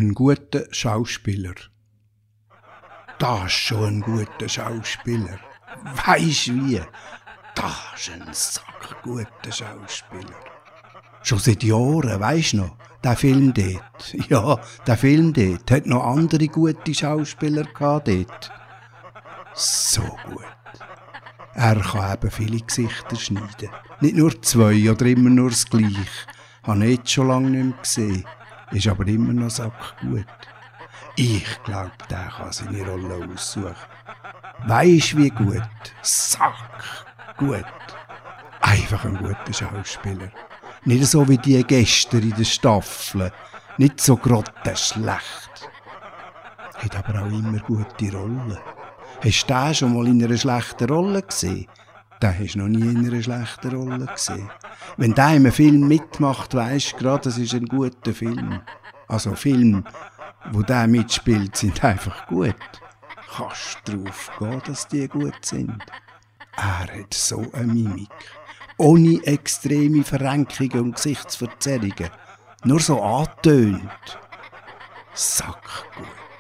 Ein guter Schauspieler. Das ist schon ein guter Schauspieler. Weisst wie? Das ist ein sackguter Schauspieler. Schon seit Jahren, weisst noch, der Film dort. Ja, der Film dort hat noch andere gute Schauspieler gehabt dort. So gut. Er kann eben viele Gesichter schneiden. Nicht nur 2 oder immer nur das Gleiche. Habe ich jetzt schon lange nicht mehr gesehen. Ist aber immer noch sackgut. Ich glaube, der kann seine Rolle aussuchen. Weisst wie gut? Sackgut. Einfach ein guter Schauspieler. Nicht so wie die gestern in der Staffel. Nicht so grottenschlecht. Hat aber auch immer gute Rollen. Hast du den schon mal in einer schlechten Rolle gesehen? Den hast du noch nie in einer schlechten Rolle gesehen. Wenn der in einem Film mitmacht, weisst du gerade, das ist ein guter Film. Also Filme, wo der mitspielt, sind einfach gut. Kannst du drauf gehen, dass die gut sind? Er hat so eine Mimik. Ohne extreme Verrenkungen und Gesichtsverzerrungen. Nur so angetönt. Sackgut.